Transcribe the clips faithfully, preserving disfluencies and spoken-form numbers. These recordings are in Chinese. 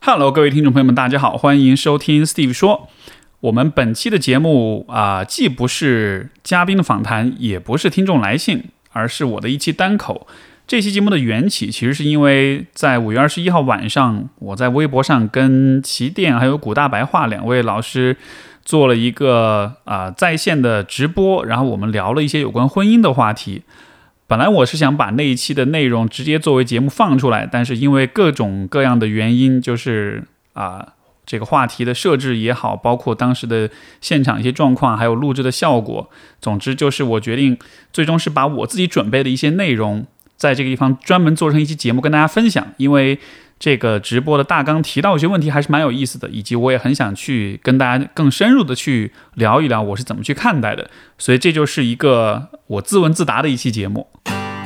Hello， 各位听众朋友们，大家好，欢迎收听 Steve 说。我们本期的节目啊、呃，既不是嘉宾的访谈，也不是听众来信，而是我的一期单口。这期节目的缘起，其实是因为在五月二十一号晚上，我在微博上跟齐电还有古大白话两位老师做了一个啊、呃、在线的直播，然后我们聊了一些有关婚姻的话题。本来我是想把那一期的内容直接作为节目放出来，但是因为各种各样的原因，就是啊、呃、这个话题的设置也好，包括当时的现场一些状况，还有录制的效果，总之就是我决定最终是把我自己准备的一些内容在这个地方专门做成一期节目跟大家分享，因为这个直播的大纲提到一些问题还是蛮有意思的，以及我也很想去跟大家更深入的去聊一聊我是怎么去看待的，所以这就是一个我自问自答的一期节目。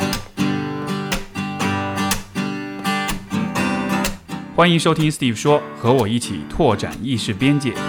欢迎收听 Steve 说，和我一起拓展意识边界。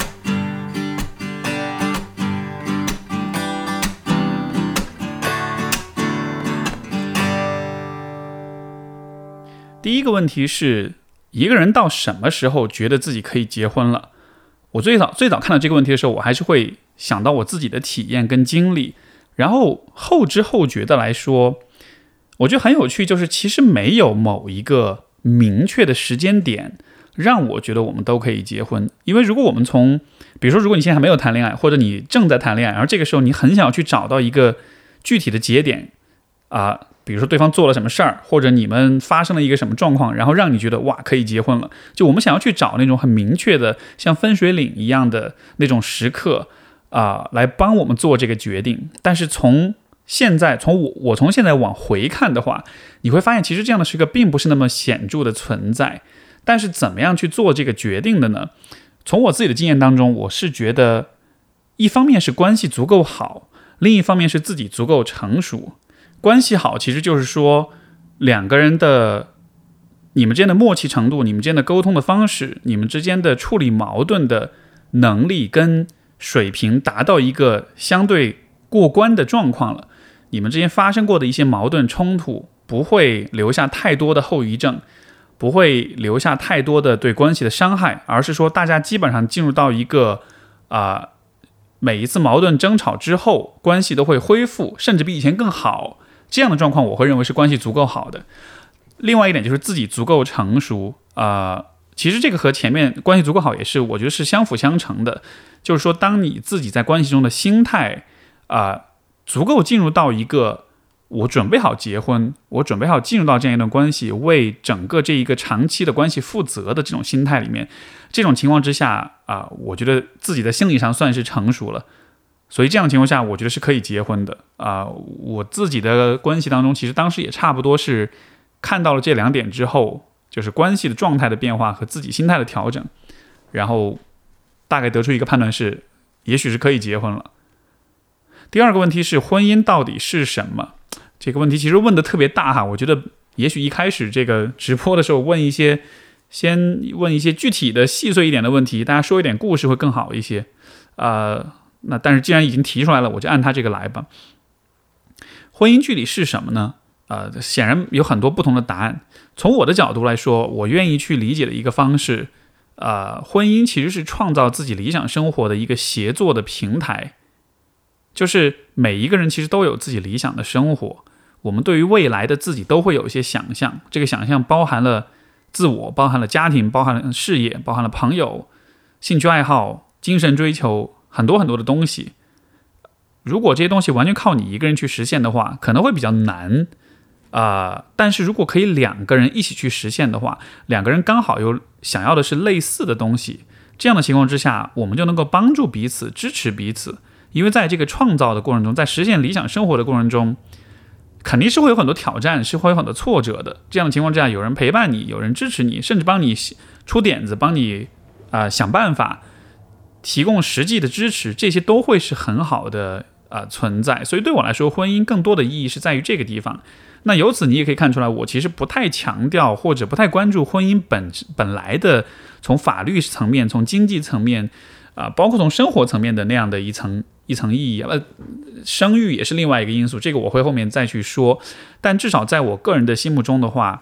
第一个问题是，一个人到什么时候觉得自己可以结婚了？我最早最早看到这个问题的时候，我还是会想到我自己的体验跟经历，然后后知后觉的来说，我觉得很有趣，就是其实没有某一个明确的时间点让我觉得我们都可以结婚。因为如果我们从，比如说如果你现在还没有谈恋爱，或者你正在谈恋爱，然后这个时候你很想要去找到一个具体的节点啊、呃，比如说对方做了什么事儿，或者你们发生了一个什么状况，然后让你觉得哇可以结婚了，就我们想要去找那种很明确的像分水岭一样的那种时刻啊、呃，来帮我们做这个决定。但是从现在从我我从现在往回看的话，你会发现其实这样的时刻并不是那么显著的存在。但是怎么样去做这个决定的呢？从我自己的经验当中，我是觉得一方面是关系足够好，另一方面是自己足够成熟。关系好其实就是说两个人的你们之间的默契程度，你们之间的沟通的方式，你们之间的处理矛盾的能力跟水平达到一个相对过关的状况了。你们之间发生过的一些矛盾冲突不会留下太多的后遗症，不会留下太多的对关系的伤害，而是说大家基本上进入到一个啊、呃，每一次矛盾争吵之后关系都会恢复，甚至比以前更好，这样的状况我会认为是关系足够好的。另外一点就是自己足够成熟啊、呃，其实这个和前面关系足够好也是我觉得是相辅相成的，就是说当你自己在关系中的心态啊、呃、足够进入到一个我准备好结婚，我准备好进入到这样一段关系，为整个这一个长期的关系负责的这种心态里面，这种情况之下啊、呃，我觉得自己在心理上算是成熟了，所以这样的情况下我觉得是可以结婚的啊、呃。我自己的关系当中其实当时也差不多是看到了这两点之后，就是关系的状态的变化和自己心态的调整，然后大概得出一个判断是也许是可以结婚了。第二个问题是婚姻到底是什么？这个问题其实问得特别大哈，我觉得也许一开始这个直播的时候问一些先问一些具体的细碎一点的问题，大家说一点故事会更好一些呃，那但是既然已经提出来了，我就按他这个来吧。婚姻具体是什么呢？呃，显然有很多不同的答案。从我的角度来说，我愿意去理解的一个方式，呃，婚姻其实是创造自己理想生活的一个协作的平台。就是每一个人其实都有自己理想的生活，我们对于未来的自己都会有一些想象，这个想象包含了自我，包含了家庭，包含了事业，包含了朋友、兴趣爱好、精神追求，很多很多的东西。如果这些东西完全靠你一个人去实现的话，可能会比较难啊、呃。但是如果可以两个人一起去实现的话，两个人刚好有想要的是类似的东西，这样的情况之下，我们就能够帮助彼此，支持彼此。因为在这个创造的过程中，在实现理想生活的过程中，肯定是会有很多挑战，是会有很多挫折的。这样的情况之下，有人陪伴你，有人支持你，甚至帮你出点子，帮你啊、呃、想办法，提供实际的支持，这些都会是很好的啊、呃、存在。所以对我来说，婚姻更多的意义是在于这个地方。那由此你也可以看出来，我其实不太强调或者不太关注婚姻本本来的从法律层面、从经济层面啊、呃，包括从生活层面的那样的一层。一层意义，呃，生育也是另外一个因素，这个我会后面再去说。但至少在我个人的心目中的话，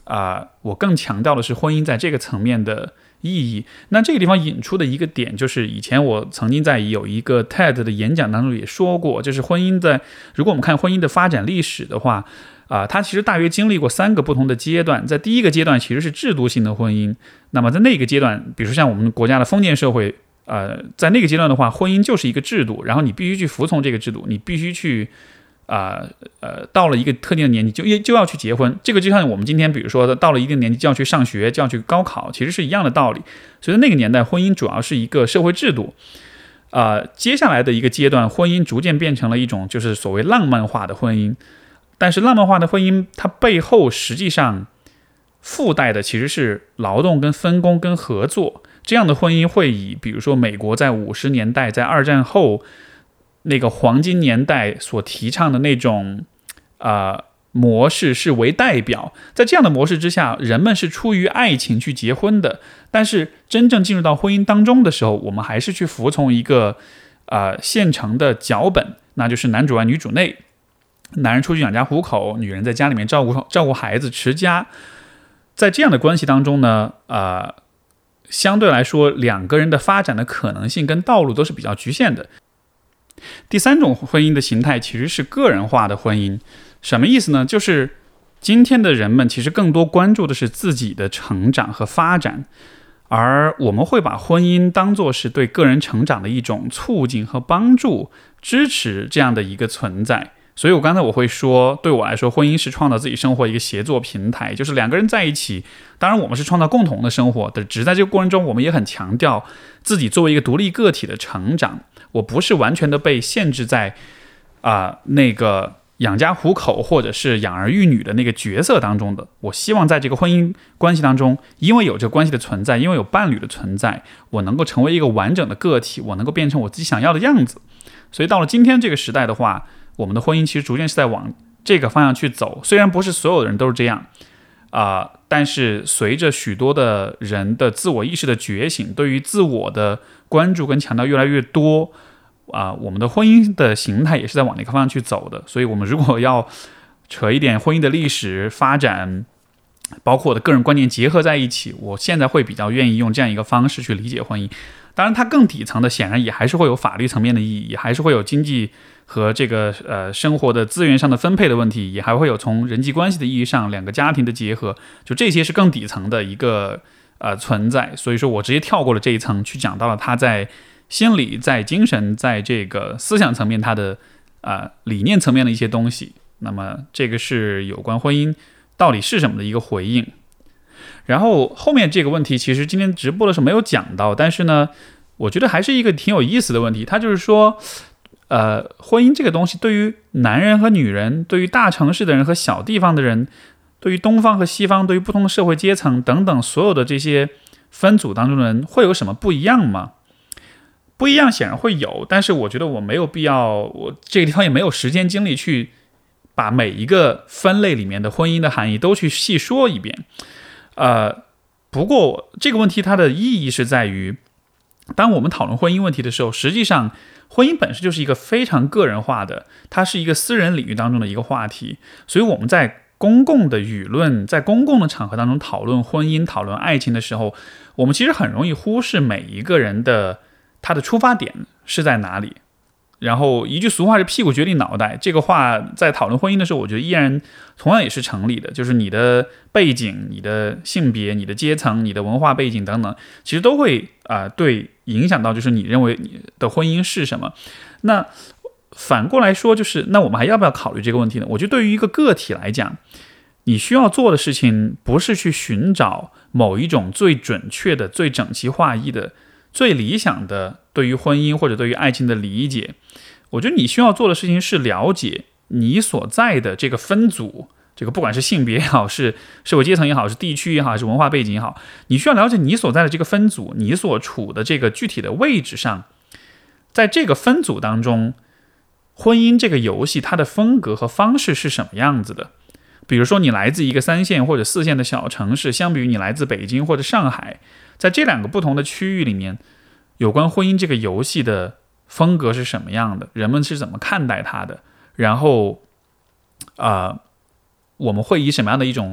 啊、呃，我更强调的是婚姻在这个层面的意义。那这个地方引出的一个点，就是以前我曾经在有一个 T E D 的演讲当中也说过，就是婚姻在，如果我们看婚姻的发展历史的话，啊、呃，它其实大约经历过三个不同的阶段。在第一个阶段其实是制度性的婚姻，那么在那个阶段，比如说像我们国家的封建社会，呃，在那个阶段的话，婚姻就是一个制度，然后你必须去服从这个制度，你必须去。啊 呃, 呃，到了一个特定的年纪就就要去结婚，这个就像我们今天比如说到了一定年纪就要去上学，就要去高考，其实是一样的道理。所以在那个年代，婚姻主要是一个社会制度。呃，接下来的一个阶段，婚姻逐渐变成了一种就是所谓浪漫化的婚姻，但是浪漫化的婚姻它背后实际上附带的其实是劳动跟分工跟合作。这样的婚姻会以比如说美国在五十年代在二战后那个黄金年代所提倡的那种呃模式是为代表，在这样的模式之下，人们是出于爱情去结婚的，但是真正进入到婚姻当中的时候，我们还是去服从一个呃现成的脚本，那就是男主外女主内，男人出去养家糊口，女人在家里面照顾照顾孩子持家。在这样的关系当中呢，呃，相对来说两个人的发展的可能性跟道路都是比较局限的。第三种婚姻的形态其实是个人化的婚姻，什么意思呢？就是今天的人们其实更多关注的是自己的成长和发展，而我们会把婚姻当作是对个人成长的一种促进和帮助、支持这样的一个存在。所以我刚才我会说，对我来说，婚姻是创造自己生活一个协作平台，就是两个人在一起，当然我们是创造共同的生活的，只是在这个过程中，我们也很强调自己作为一个独立个体的成长。我不是完全的被限制在啊、呃、那个养家糊口或者是养儿育女的那个角色当中的。我希望在这个婚姻关系当中，因为有这个关系的存在，因为有伴侣的存在，我能够成为一个完整的个体，我能够变成我自己想要的样子。所以到了今天这个时代的话，我们的婚姻其实逐渐是在往这个方向去走。虽然不是所有的人都是这样啊、呃，但是随着许多的人的自我意识的觉醒，对于自我的关注跟强调越来越多啊、呃，我们的婚姻的形态也是在往那个方向去走的。所以我们如果要扯一点婚姻的历史发展，包括我的个人观念结合在一起，我现在会比较愿意用这样一个方式去理解婚姻。当然它更底层的显然也还是会有法律层面的意义，也还是会有经济和这个呃生活的资源上的分配的问题，也还会有从人际关系的意义上两个家庭的结合，就这些是更底层的一个呃存在。所以说我直接跳过了这一层，去讲到了它在心理、在精神、在这个思想层面它的呃理念层面的一些东西。那么这个是有关婚姻到底是什么的一个回应。然后后面这个问题其实今天直播的时候没有讲到，但是呢我觉得还是一个挺有意思的问题。它就是说呃，婚姻这个东西对于男人和女人，对于大城市的人和小地方的人，对于东方和西方，对于不同的社会阶层等等所有的这些分组当中的人会有什么不一样吗？不一样显然会有，但是我觉得我没有必要，我这个地方也没有时间精力去把每一个分类里面的婚姻的含义都去细说一遍。呃，不过这个问题它的意义是在于，当我们讨论婚姻问题的时候，实际上婚姻本身就是一个非常个人化的，它是一个私人领域当中的一个话题，所以我们在公共的舆论，在公共的场合当中讨论婚姻、讨论爱情的时候，我们其实很容易忽视每一个人的他的出发点是在哪里。然后一句俗话是屁股决定脑袋，这个话在讨论婚姻的时候，我觉得依然同样也是成立的，就是你的背景、你的性别、你的阶层、你的文化背景等等，其实都会啊、呃、对影响到就是你认为你的婚姻是什么。那反过来说，就是那我们还要不要考虑这个问题呢？我觉得对于一个个体来讲，你需要做的事情不是去寻找某一种最准确的、最整齐划一的、最理想的对于婚姻或者对于爱情的理解。我觉得你需要做的事情是了解你所在的这个分组，这个不管是性别也好，是社会阶层也好，是地区也好，是文化背景也好，你需要了解你所在的这个分组，你所处的这个具体的位置上，在这个分组当中，婚姻这个游戏它的风格和方式是什么样子的。比如说你来自一个三线或者四线的小城市，相比于你来自北京或者上海，在这两个不同的区域里面，有关婚姻这个游戏的风格是什么样的，人们是怎么看待它的，然后、呃、我们会以什么样的一种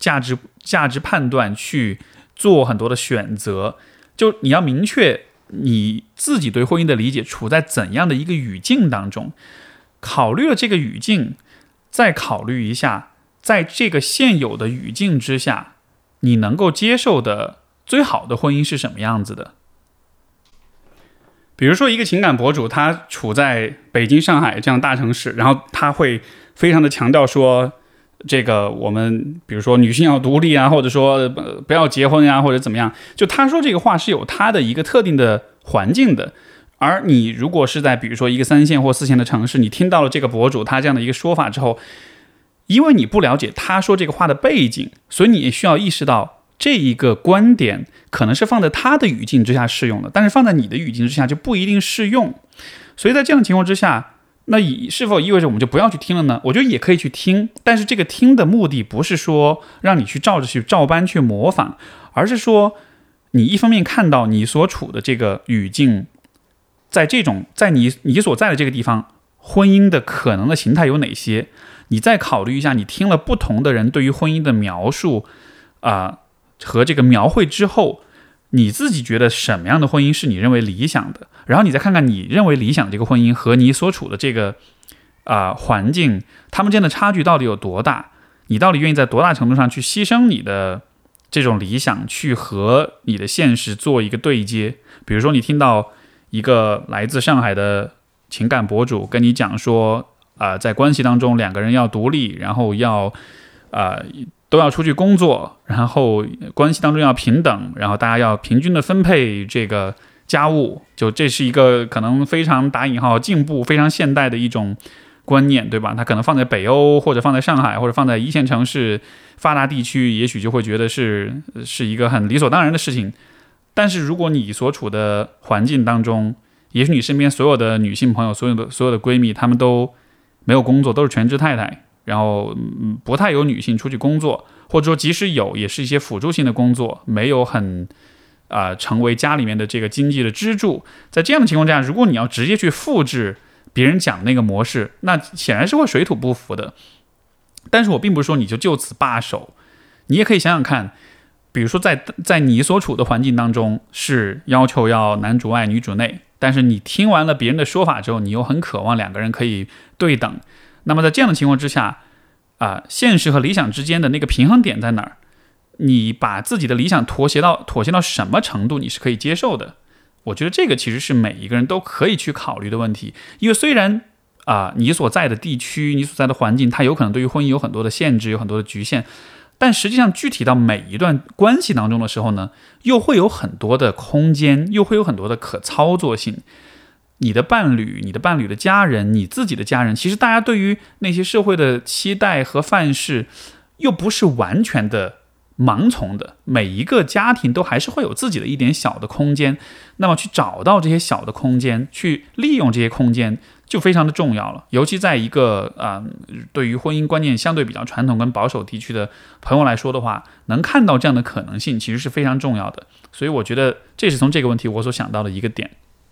价值价值判断去做很多的选择。就你要明确你自己对婚姻的理解处在怎样的一个语境当中，考虑了这个语境，再考虑一下在这个现有的语境之下你能够接受的最好的婚姻是什么样子的。比如说一个情感博主，他处在北京、上海这样大城市，然后他会非常的强调说，这个我们比如说女性要独立啊，或者说、呃、不要结婚啊，或者怎么样，就他说这个话是有他的一个特定的环境的。而你如果是在比如说一个三线或四线的城市，你听到了这个博主他这样的一个说法之后，因为你不了解他说这个话的背景，所以你也需要意识到这一个观点可能是放在他的语境之下适用的，但是放在你的语境之下就不一定适用。所以在这样的情况之下，那是否意味着我们就不要去听了呢？我觉得也可以去听，但是这个听的目的不是说让你去照着去照搬去模仿，而是说你一方面看到你所处的这个语境，在这种在你你所在的这个地方，婚姻的可能的形态有哪些？你再考虑一下，你听了不同的人对于婚姻的描述啊、呃、和这个描绘之后，你自己觉得什么样的婚姻是你认为理想的？然后你再看看你认为理想的这个婚姻和你所处的这个啊、呃、环境，他们之间的差距到底有多大？你到底愿意在多大程度上去牺牲你的这种理想，去和你的现实做一个对接？比如说，你听到一个来自上海的情感博主跟你讲说，啊、呃，在关系当中两个人要独立，然后要啊。呃都要出去工作，然后关系当中要平等，然后大家要平均的分配这个家务，就这是一个可能非常打引号进步、非常现代的一种观念，对吧？它可能放在北欧，或者放在上海，或者放在一线城市发达地区，也许就会觉得是是一个很理所当然的事情。但是如果你所处的环境当中，也许你身边所有的女性朋友、所有的所有的闺蜜，她们都没有工作，都是全职太太。然后、嗯、不太有女性出去工作，或者说即使有，也是一些辅助性的工作，没有很啊、呃、成为家里面的这个经济的支柱。在这样的情况下，如果你要直接去复制别人讲那个模式，那显然是会水土不服的。但是我并不是说你就就此罢手，你也可以想想看，比如说在在你所处的环境当中是要求要男主外女主内，但是你听完了别人的说法之后，你又很渴望两个人可以对等。那么在这样的情况之下，啊、呃，现实和理想之间的那个平衡点在哪儿？你把自己的理想妥协到妥协到什么程度，你是可以接受的？我觉得这个其实是每一个人都可以去考虑的问题。因为虽然啊、呃，你所在的地区、你所在的环境，它有可能对于婚姻有很多的限制，有很多的局限，但实际上具体到每一段关系当中的时候呢，又会有很多的空间，又会有很多的可操作性。你的伴侣、你的伴侣的家人、你自己的家人，其实大家对于那些社会的期待和范式，又不是完全的盲从的。每一个家庭都还是会有自己的一点小的空间，那么去找到这些小的空间，去利用这些空间，就非常的重要了。尤其在一个啊、呃，对于婚姻观念相对比较传统跟保守地区的朋友来说的话，能看到这样的可能性，其实是非常重要的。所以我觉得这是从这个问题我所想到的一个点。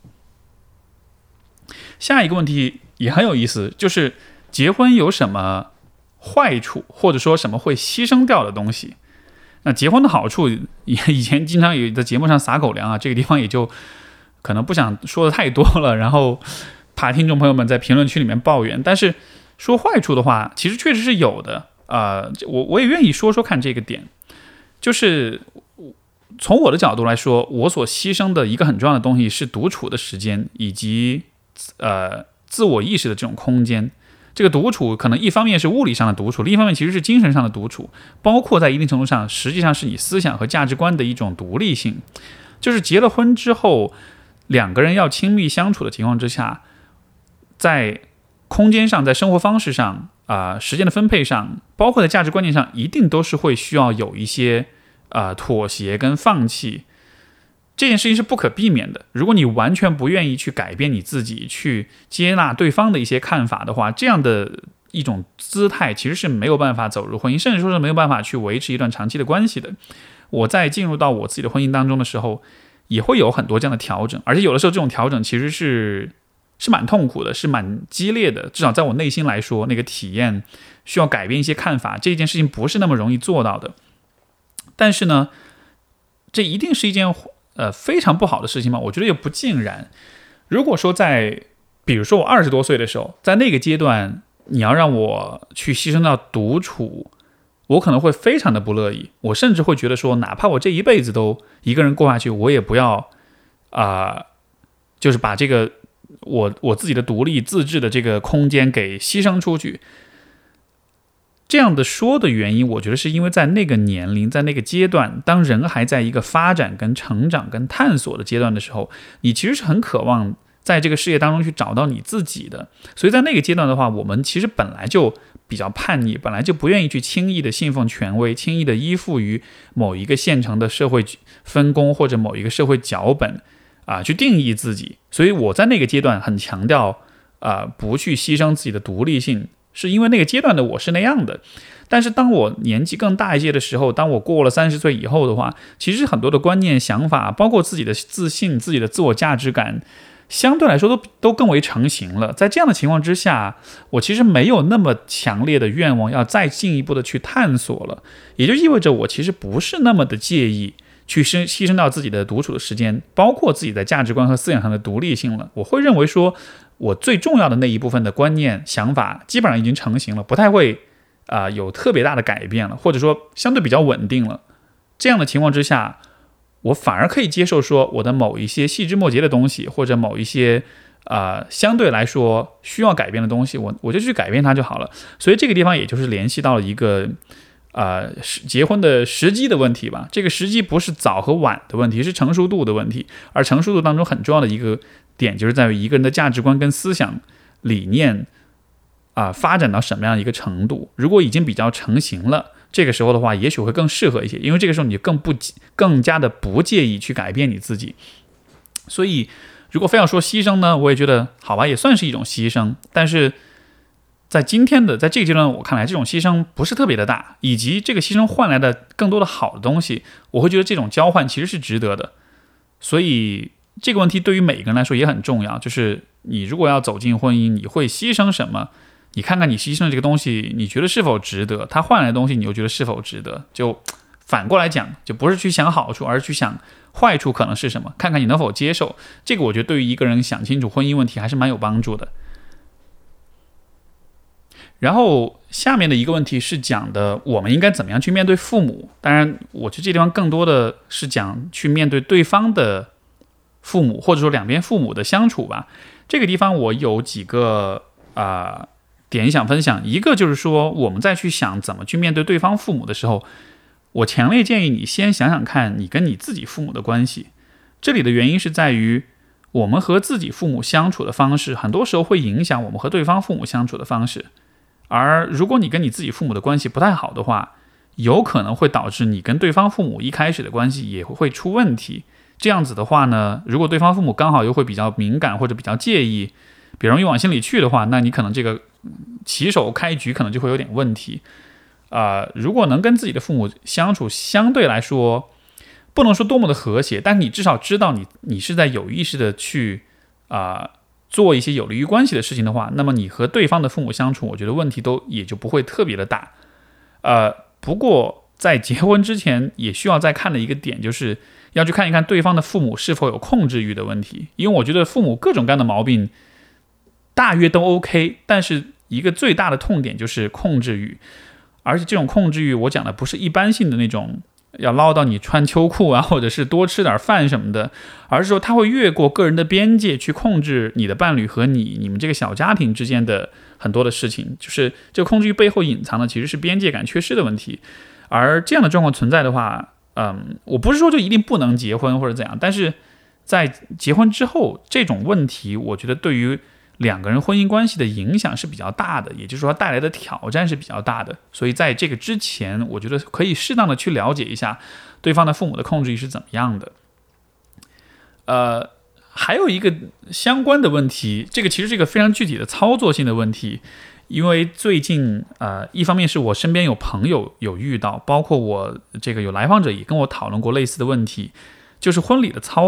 下一个问题也很有意思，就是结婚有什么坏处，或者说什么会牺牲掉的东西？那结婚的好处，以前经常有在节目上撒狗粮啊，这个地方也就可能不想说的太多了，然后怕听众朋友们在评论区里面抱怨。但是说坏处的话，其实确实是有的啊、呃。我我也愿意说说看这个点，就是从我的角度来说，我所牺牲的一个很重要的东西是独处的时间，以及呃，自我意识的这种空间。这个独处可能一方面是物理上的独处，另一方面其实是精神上的独处，包括在一定程度上实际上是你思想和价值观的一种独立性。就是结了婚之后，两个人要亲密相处的情况之下，在空间上，在生活方式上啊、呃，时间的分配上，包括在价值观念上，一定都是会需要有一些啊、呃、妥协跟放弃。这件事情是不可避免的。如果你完全不愿意去改变你自己，去接纳对方的一些看法的话，这样的一种姿态其实是没有办法走入婚姻，甚至说是没有办法去维持一段长期的关系的。我在进入到我自己的婚姻当中的时候，也会有很多这样的调整，而且有的时候这种调整其实是是蛮痛苦的，是蛮激烈的，至少在我内心来说，那个体验需要改变一些看法，这件事情不是那么容易做到的。但是呢，这一定是一件呃非常不好的事情吗？我觉得也不尽然。如果说在比如说我二十多岁的时候，在那个阶段，你要让我去牺牲到独处，我可能会非常的不乐意。我甚至会觉得说，哪怕我这一辈子都一个人过下去，我也不要啊、呃，就是把这个我我自己的独立自治的这个空间给牺牲出去。这样的说的原因，我觉得是因为在那个年龄，在那个阶段，当人还在一个发展跟成长跟探索的阶段的时候，你其实是很渴望在这个事业当中去找到你自己的。所以在那个阶段的话，我们其实本来就比较叛逆，本来就不愿意去轻易的信奉权威，轻易的依附于某一个现成的社会分工或者某一个社会脚本啊，去定义自己。所以我在那个阶段很强调啊，不去牺牲自己的独立性，是因为那个阶段的我是那样的。但是当我年纪更大一些的时候，当我过了三十岁以后的话，其实很多的观念想法，包括自己的自信，自己的自我价值感，相对来说都都更为成型了。在这样的情况之下，我其实没有那么强烈的愿望要再进一步的去探索了，也就意味着我其实不是那么的介意去牺牲到自己的独处的时间，包括自己在价值观和思想上的独立性了。我会认为说，我最重要的那一部分的观念想法基本上已经成型了，不太会啊、呃、有特别大的改变了，或者说相对比较稳定了。这样的情况之下，我反而可以接受说我的某一些细枝末节的东西，或者某一些呃相对来说需要改变的东西，我我就去改变它就好了。所以这个地方也就是联系到了一个呃结婚的时机的问题吧。这个时机不是早和晚的问题，是成熟度的问题。而成熟度当中很重要的一个点，就是在于一个人的价值观跟思想理念啊、呃、发展到什么样一个程度。如果已经比较成型了，这个时候的话也许会更适合一些，因为这个时候你更不更加的不介意去改变你自己。所以如果非要说牺牲呢，我也觉得好吧，也算是一种牺牲。但是在今天的在这个阶段我看来，这种牺牲不是特别的大，以及这个牺牲换来的更多的好的东西，我会觉得这种交换其实是值得的。所以这个问题对于每个人来说也很重要，就是你如果要走进婚姻，你会牺牲什么？你看看你牺牲的这个东西，你觉得是否值得？它换来的东西，你又觉得是否值得？就反过来讲，就不是去想好处，而是去想坏处可能是什么，看看你能否接受。这个我觉得对于一个人想清楚婚姻问题还是蛮有帮助的。然后下面的一个问题是讲的我们应该怎么样去面对父母。当然我觉得这地方更多的是讲去面对对方的父母，或者说两边父母的相处吧。这个地方我有几个啊、呃、点想分享。一个就是说，我们再去想怎么去面对对方父母的时候，我强烈建议你先想想看你跟你自己父母的关系。这里的原因是在于，我们和自己父母相处的方式，很多时候会影响我们和对方父母相处的方式。而如果你跟你自己父母的关系不太好的话，有可能会导致你跟对方父母一开始的关系也会出问题。这样子的话呢，如果对方父母刚好又会比较敏感或者比较介意，比较容易往心里去的话，那你可能这个起手开局可能就会有点问题。呃，如果能跟自己的父母相处相对来说不能说多么的和谐，但你至少知道你你是在有意识的去啊、呃、做一些有利于关系的事情的话，那么你和对方的父母相处，我觉得问题都也就不会特别的大。呃，不过在结婚之前也需要再看的一个点，就是要去看一看对方的父母是否有控制欲的问题。因为我觉得父母各种各样的毛病大约都 OK， 但是一个最大的痛点就是控制欲。而且这种控制欲，我讲的不是一般性的那种要唠叨你穿秋裤啊，或者是多吃点饭什么的，而是说他会越过个人的边界去控制你的伴侣和你你们这个小家庭之间的很多的事情。就是这个控制欲背后隐藏的其实是边界感缺失的问题。而这样的状况存在的话，嗯，我不是说就一定不能结婚或者怎样，但是在结婚之后，这种问题我觉得对于两个人婚姻关系的影响是比较大的，也就是说带来的挑战是比较大的。所以在这个之前，我觉得可以适当的去了解一下对方的父母的控制欲是怎么样的。呃，还有一个相关的问题，这个其实是一个非常具体的操作性的问题。因为最近呃，一方面是我身边有朋友有遇到，包括我这个有来访者也跟我讨论过类似的问题，就是婚礼的操办。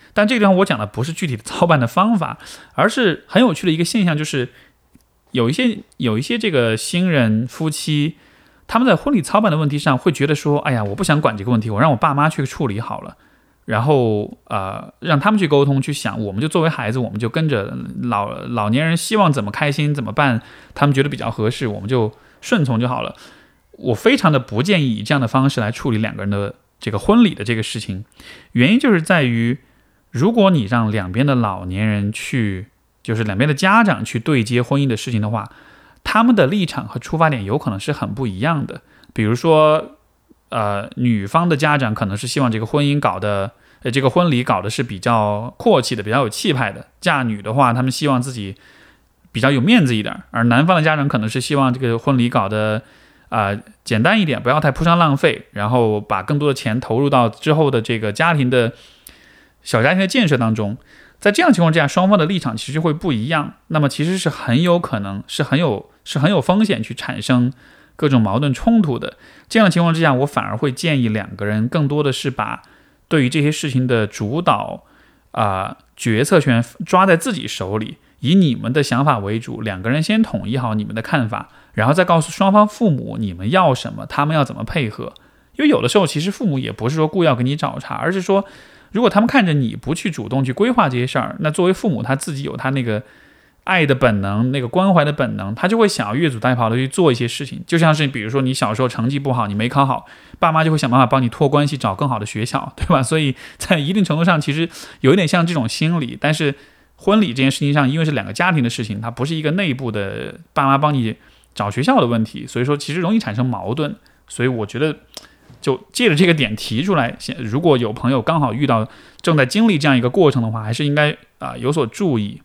但这个地方我讲的不是具体的操办的方法，而是很有趣的一个现象，就是有一些有一些这个新人夫妻，他们在婚礼操办的问题上会觉得说，哎呀，我不想管这个问题，我让我爸妈去处理好了，然后呃让他们去沟通去想，我们就作为孩子，我们就跟着老老年人希望怎么开心怎么办，他们觉得比较合适，我们就顺从就好了。我非常的不建议以这样的方式来处理两个人的这个婚礼的这个事情，原因就是在于，如果你让两边的老年人去，就是两边的家长去对接婚姻的事情的话，他们的立场和出发点有可能是很不一样的。比如说，呃，女方的家长可能是希望这个婚姻搞得，呃，这个婚礼搞的是比较阔气的，比较有气派的。嫁女的话，他们希望自己比较有面子一点，而男方的家长可能是希望这个婚礼搞得啊、呃，简单一点，不要太铺张浪费，然后把更多的钱投入到之后的这个家庭的小家庭的建设当中。在这样的情况之下，双方的立场其实会不一样，那么其实是很有可能是很有是很有风险去产生各种矛盾冲突的。这样的情况之下，我反而会建议两个人更多的是把对于这些事情的主导啊、呃、决策权抓在自己手里，以你们的想法为主，两个人先统一好你们的看法，然后再告诉双方父母你们要什么，他们要怎么配合。因为有的时候其实父母也不是说故意要给你找茬，而是说如果他们看着你不去主动去规划这些事儿，那作为父母他自己有他那个爱的本能，那个关怀的本能，他就会想要越俎代庖的去做一些事情。就像是比如说你小时候成绩不好，你没考好，爸妈就会想办法帮你托关系找更好的学校，对吧？所以在一定程度上其实有一点像这种心理。但是婚礼这件事情上，因为是两个家庭的事情，它不是一个内部的爸妈帮你找学校的问题，所以说其实容易产生矛盾。所以我觉得就借着这个点提出来，如果有朋友刚好遇到正在经历这样一个过程的话，还是应该啊、呃、有所注意。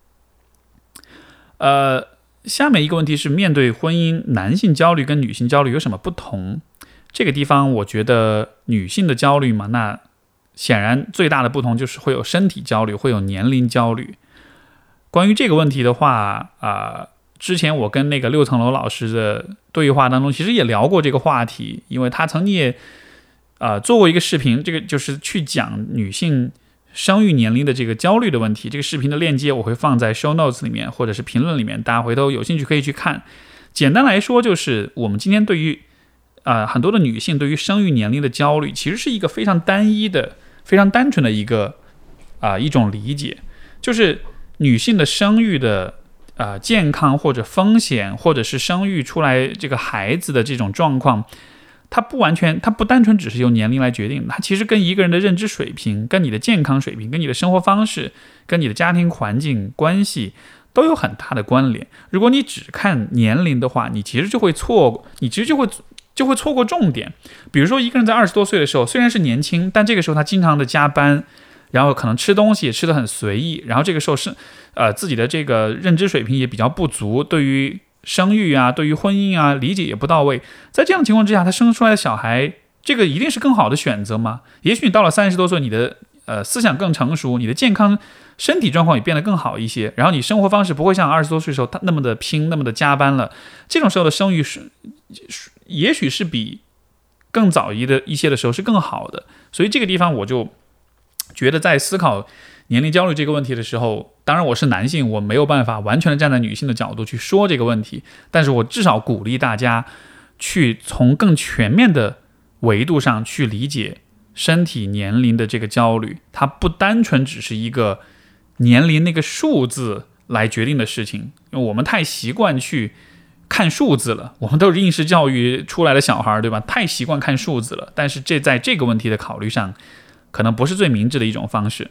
呃，下面一个问题是，面对婚姻，男性焦虑跟女性焦虑有什么不同？这个地方我觉得女性的焦虑嘛，那显然最大的不同就是会有身体焦虑，会有年龄焦虑。关于这个问题的话啊、呃，之前我跟那个六层楼老师的对话当中，其实也聊过这个话题，因为他曾经也呃做过一个视频，这个就是去讲女性生育年龄的这个焦虑的问题。这个视频的链接我会放在 show notes 里面或者是评论里面，大家回头有兴趣可以去看。简单来说，就是我们今天对于呃很多的女性对于生育年龄的焦虑，其实是一个非常单一的、非常单纯的一个啊、呃、一种理解，就是女性的生育的呃健康或者风险，或者是生育出来这个孩子的这种状况，它不完全，它不单纯只是由年龄来决定，它其实跟一个人的认知水平、跟你的健康水平、跟你的生活方式、跟你的家庭环境关系都有很大的关联。如果你只看年龄的话，你其实就会错，你其实就会就会错过重点。比如说一个人在二十多岁的时候，虽然是年轻，但这个时候他经常的加班，然后可能吃东西也吃得很随意，然后这个时候是呃自己的这个认知水平也比较不足，对于生育啊，对于婚姻啊，理解也不到位。在这样的情况之下，他生出来的小孩，这个一定是更好的选择吗？也许你到了三十多岁，你的呃思想更成熟，你的健康身体状况也变得更好一些，然后你生活方式不会像二十多岁的时候他那么的拼，那么的加班了。这种时候的生育是也许是比更早一的一些的时候是更好的。所以这个地方我就觉得，在思考年龄焦虑这个问题的时候，当然我是男性，我没有办法完全的站在女性的角度去说这个问题，但是我至少鼓励大家去从更全面的维度上去理解身体年龄的这个焦虑，它不单纯只是一个年龄那个数字来决定的事情。因为我们太习惯去看数字了，我们都是应试教育出来的小孩，对吧？太习惯看数字了，但是这在这个问题的考虑上可能不是最明智的一种方式。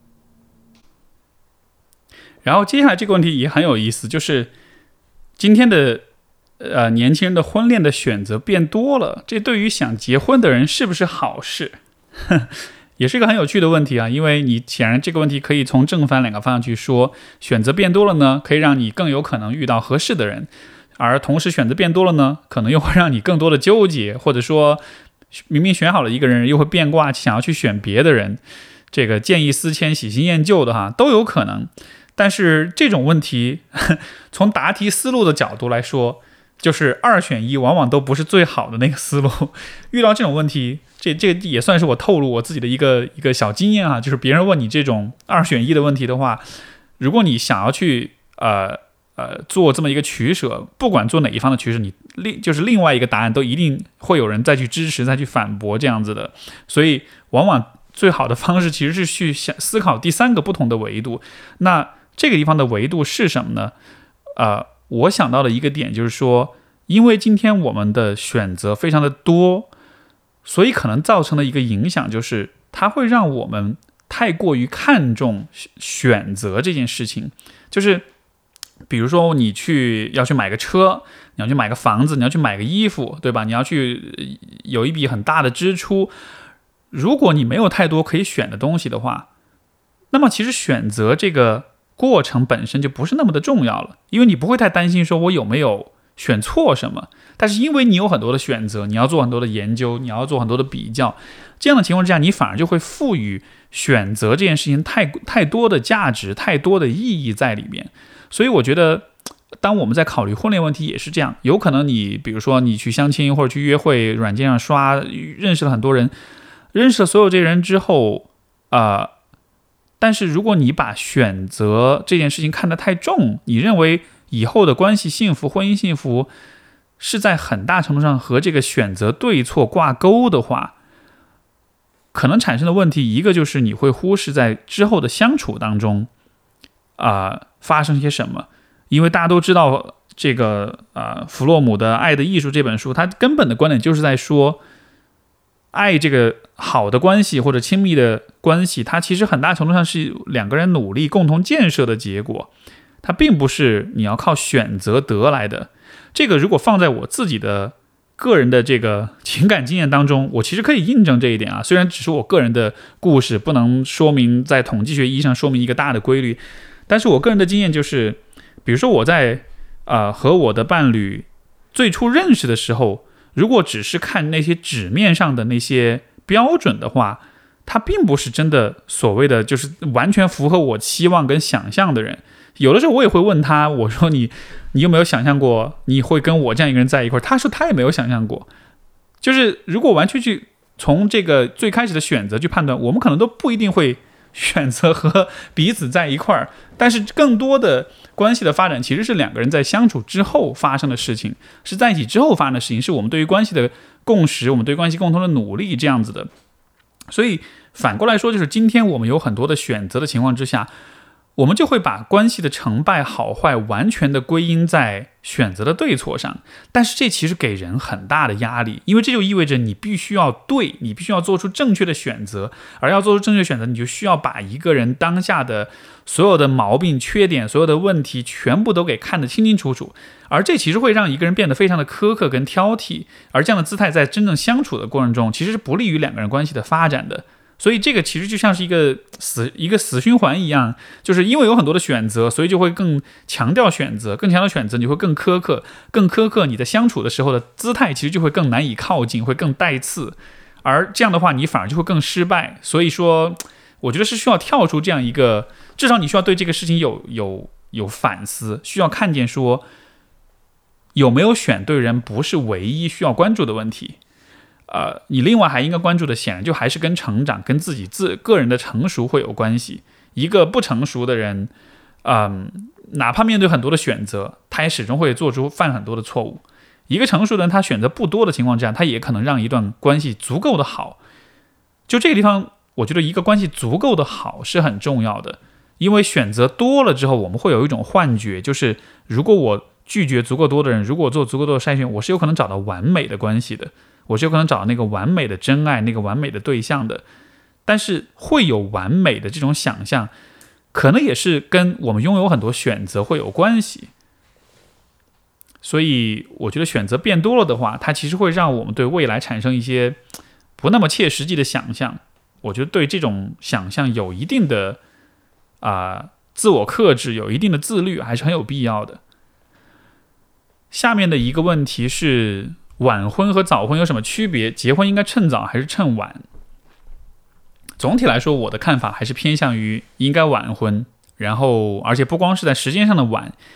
然后接下来这个问题也很有意思，就是今天的呃年轻人的婚恋的选择变多了，这对于想结婚的人是不是好事？也是一个很有趣的问题啊，因为你显然这个问题可以从正反两个方向去说。选择变多了呢，可以让你更有可能遇到合适的人，而同时选择变多了呢，可能又会让你更多的纠结，或者说明明选好了一个人，又会变卦想要去选别的人，这个见异思迁、喜新厌旧的哈，都有可能。但是这种问题从答题思路的角度来说， 就是二选一往往都不是最好的那个思路。遇到这种问题，这这个也算是我透露我自己的一个一个小经验啊，就是别人问你这种二选一的问题的话，如果你想要去呃呃做这么一个取舍，不管做哪一方的取舍，你另就是另外一个答案都一定会有人再去支持再去反驳这样子的，所以往往最好的方式其实是去想思考第三个不同的维度。那这个地方的维度是什么呢？呃我想到的一个点就是说，因为今天我们的选择非常的多，所以可能造成的一个影响就是它会让我们太过于看重选择这件事情。就是比如说你去要去买个车，你要去买个房子，你要去买个衣服，对吧？你要去有一笔很大的支出，如果你没有太多可以选的东西的话，那么其实选择这个过程本身就不是那么的重要了，因为你不会太担心说我有没有选错什么。但是因为你有很多的选择，你要做很多的研究，你要做很多的比较，这样的情况之下，你反而就会赋予选择这件事情太太多的价值，太多的意义在里面。所以我觉得当我们在考虑婚恋问题也是这样，有可能你比如说你去相亲或者去约会软件上刷，认识了很多人，认识了所有这些人之后呃但是如果你把选择这件事情看得太重，你认为以后的关系幸福，婚姻幸福是在很大程度上和这个选择对错挂钩的话，可能产生的问题一个就是你会忽视在之后的相处当中啊、呃、发生些什么。因为大家都知道这个呃弗洛姆的《爱的艺术》这本书，它根本的观点就是在说，爱这个好的关系或者亲密的关系，它其实很大程度上是两个人努力共同建设的结果，它并不是你要靠选择得来的。这个如果放在我自己的个人的这个情感经验当中，我其实可以印证这一点啊。虽然只是我个人的故事，不能说明在统计学意义上说明一个大的规律，但是我个人的经验就是，比如说我在呃和我的伴侣最初认识的时候，如果只是看那些纸面上的那些标准的话，他并不是真的所谓的就是完全符合我期望跟想象的人。有的时候我也会问他，我说你你有没有想象过你会跟我这样一个人在一块儿？他说他也没有想象过。就是如果完全去从这个最开始的选择去判断，我们可能都不一定会选择和彼此在一块儿。但是更多的关系的发展其实是两个人在相处之后发生的事情，是在一起之后发生的事情，是我们对于关系的共识，我们对关系共同的努力这样子的。所以反过来说，就是今天我们有很多的选择的情况之下，我们就会把关系的成败好坏完全的归因在选择的对错上。但是这其实给人很大的压力，因为这就意味着你必须要对，你必须要做出正确的选择，而要做出正确选择，你就需要把一个人当下的所有的毛病缺点，所有的问题全部都给看得清清楚楚。而这其实会让一个人变得非常的苛刻跟挑剔，而这样的姿态在真正相处的过程中其实是不利于两个人关系的发展的。所以这个其实就像是一个死一个死循环一样，就是因为有很多的选择，所以就会更强调选择，更强调选择，你会更苛刻，更苛刻，你在相处的时候的姿态其实就会更难以靠近，会更带刺，而这样的话你反而就会更失败。所以说我觉得是需要跳出这样一个，至少你需要对这个事情有有有反思，需要看见说有没有选对人不是唯一需要关注的问题。呃，你另外还应该关注的，显然就还是跟成长、跟自己自个人的成熟会有关系。一个不成熟的人，嗯、呃，哪怕面对很多的选择，他也始终会做出犯很多的错误。一个成熟的人，他选择不多的情况之下，他也可能让一段关系足够的好。就这个地方，我觉得一个关系足够的好是很重要的，因为选择多了之后，我们会有一种幻觉，就是如果我拒绝足够多的人，如果我做足够多的筛选，我是有可能找到完美的关系的。我是有可能找到那个完美的真爱，那个完美的对象的。但是会有完美的这种想象，可能也是跟我们拥有很多选择会有关系。所以我觉得选择变多了的话，它其实会让我们对未来产生一些不那么切实际的想象。我觉得对这种想象有一定的啊、呃、自我克制，有一定的自律，还是很有必要的。下面的一个问题是，晚婚和早婚有什么区别？结婚应该趁早还是趁晚？总体来说，我的看法还是偏向于应该晚婚，然后而且不光是在时间上的晚，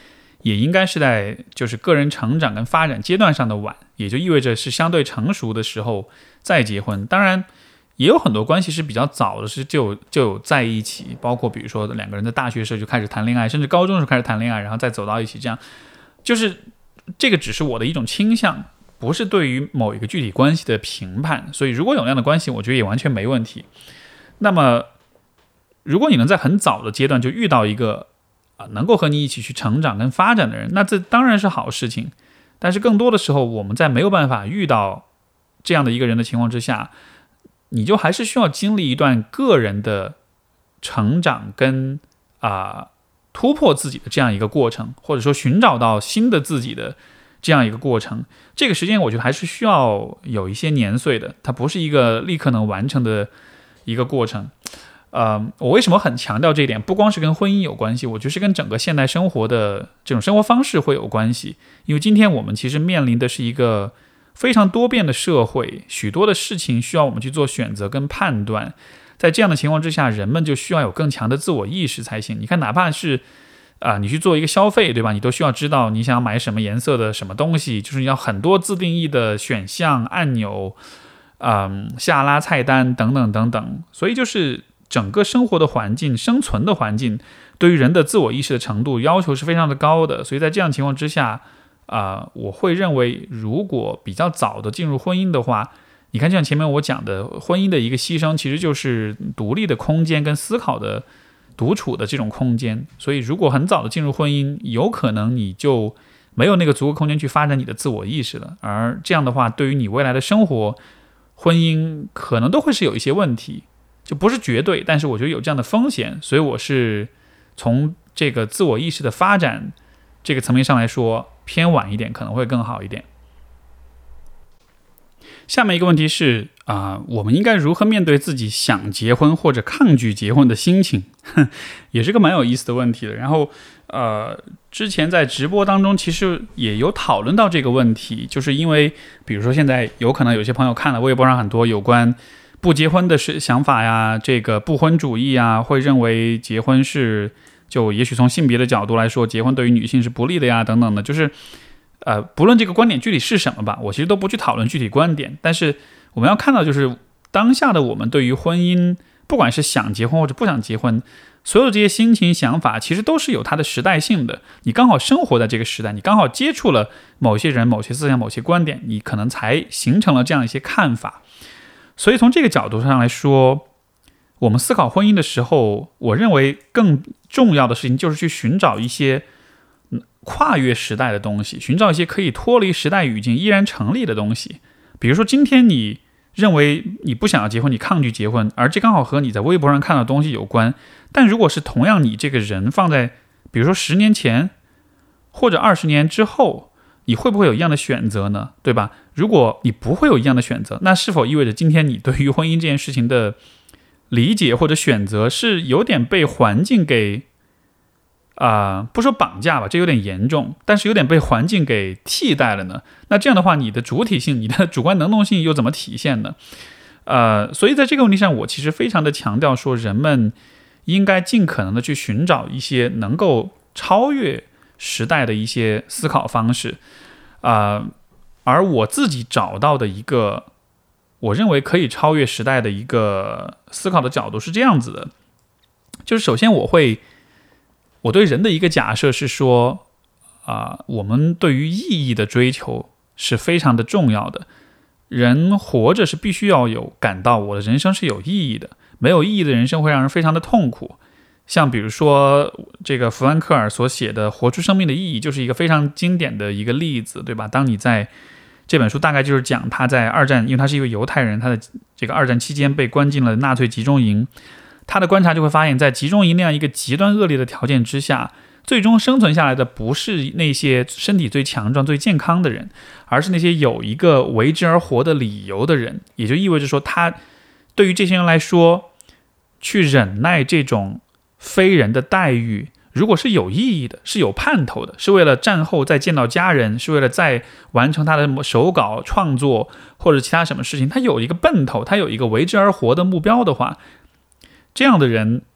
也应该是在就是个人成长跟发展阶段上的晚，也就意味着是相对成熟的时候再结婚。当然也有很多关系是比较早的，是就就有在一起，包括比如说两个人在大学时候就开始谈恋爱，甚至高中时候开始谈恋爱，然后再走到一起，这样就是这个只是我的一种倾向，不是对于某一个具体关系的评判。所以如果有那样的关系，我觉得也完全没问题。那么如果你能在很早的阶段就遇到一个能够和你一起去成长跟发展的人，那这当然是好事情。但是更多的时候，我们在没有办法遇到这样的一个人的情况之下，你就还是需要经历一段个人的成长跟啊、呃、突破自己的这样一个过程，或者说寻找到新的自己的这样一个过程。这个时间我觉得还是需要有一些年岁的，它不是一个立刻能完成的一个过程。呃，我为什么很强调这一点？不光是跟婚姻有关系，我觉得是跟整个现代生活的这种生活方式会有关系。因为今天我们其实面临的是一个非常多变的社会，许多的事情需要我们去做选择跟判断。在这样的情况之下，人们就需要有更强的自我意识才行。你看，哪怕是啊、呃，你去做一个消费，对吧？你都需要知道你想要买什么颜色的什么东西，就是要很多自定义的选项、按钮、嗯、下拉菜单等等等等。所以就是整个生活的环境、生存的环境，对于人的自我意识的程度要求是非常的高的。所以在这样的情况之下，啊、呃，我会认为，如果比较早的进入婚姻的话，你看，就像前面我讲的，婚姻的一个牺牲，其实就是独立的空间跟思考的独处的这种空间。所以，如果很早的进入婚姻，有可能你就没有那个足够空间去发展你的自我意识了。而这样的话，对于你未来的生活、婚姻，可能都会是有一些问题。就不是绝对，但是我觉得有这样的风险，所以我是从这个自我意识的发展这个层面上来说，偏晚一点可能会更好一点。下面一个问题是啊、呃，我们应该如何面对自己想结婚或者抗拒结婚的心情？也是个蛮有意思的问题的。然后呃，之前在直播当中其实也有讨论到这个问题，就是因为比如说现在有可能有些朋友看了微博上很多有关不结婚的想法呀，这个不婚主义啊，会认为结婚是就也许从性别的角度来说，结婚对于女性是不利的呀，等等的。就是呃，不论这个观点具体是什么吧，我其实都不去讨论具体观点。但是我们要看到，就是当下的我们对于婚姻，不管是想结婚或者不想结婚，所有的这些心情想法，其实都是有它的时代性的。你刚好生活在这个时代，你刚好接触了某些人、某些思想、某些观点，你可能才形成了这样一些看法。所以从这个角度上来说，我们思考婚姻的时候，我认为更重要的事情就是去寻找一些跨越时代的东西，寻找一些可以脱离时代语境依然成立的东西。比如说今天你认为你不想要结婚，你抗拒结婚，而这刚好和你在微博上看到的东西有关。但如果是同样你这个人放在比如说十年前或者二十年之后，你会不会有一样的选择呢？对吧？如果你不会有一样的选择，那是否意味着今天你对于婚姻这件事情的理解或者选择是有点被环境给啊、呃，不说绑架吧，这有点严重，但是有点被环境给替代了呢？那这样的话，你的主体性、你的主观能动性又怎么体现呢？呃，所以在这个问题上，我其实非常的强调说，人们应该尽可能的去寻找一些能够超越时代的一些思考方式。啊、呃，而我自己找到的一个我认为可以超越时代的一个思考的角度是这样子的，就是首先我会我对人的一个假设是说啊、呃，我们对于意义的追求是非常的重要的。人活着是必须要有感到我的人生是有意义的，没有意义的人生会让人非常的痛苦。像比如说这个弗兰克尔所写的《活出生命的意义》就是一个非常经典的一个例子，对吧？当你在这本书大概就是讲他在二战，因为他是一位犹太人，他的这个二战期间被关进了纳粹集中营，他的观察就会发现，在集中营那样一个极端恶劣的条件之下，最终生存下来的不是那些身体最强壮、最健康的人，而是那些有一个为之而活的理由的人。也就意味着说，他对于这些人来说，去忍耐这种非人的待遇，如果是有意义的，是有盼头的，是为了战后再见到家人，是为了再完成他的手稿创作或者其他什么事情，他有一个奔头，他有一个为之而活的目标的话，这样的人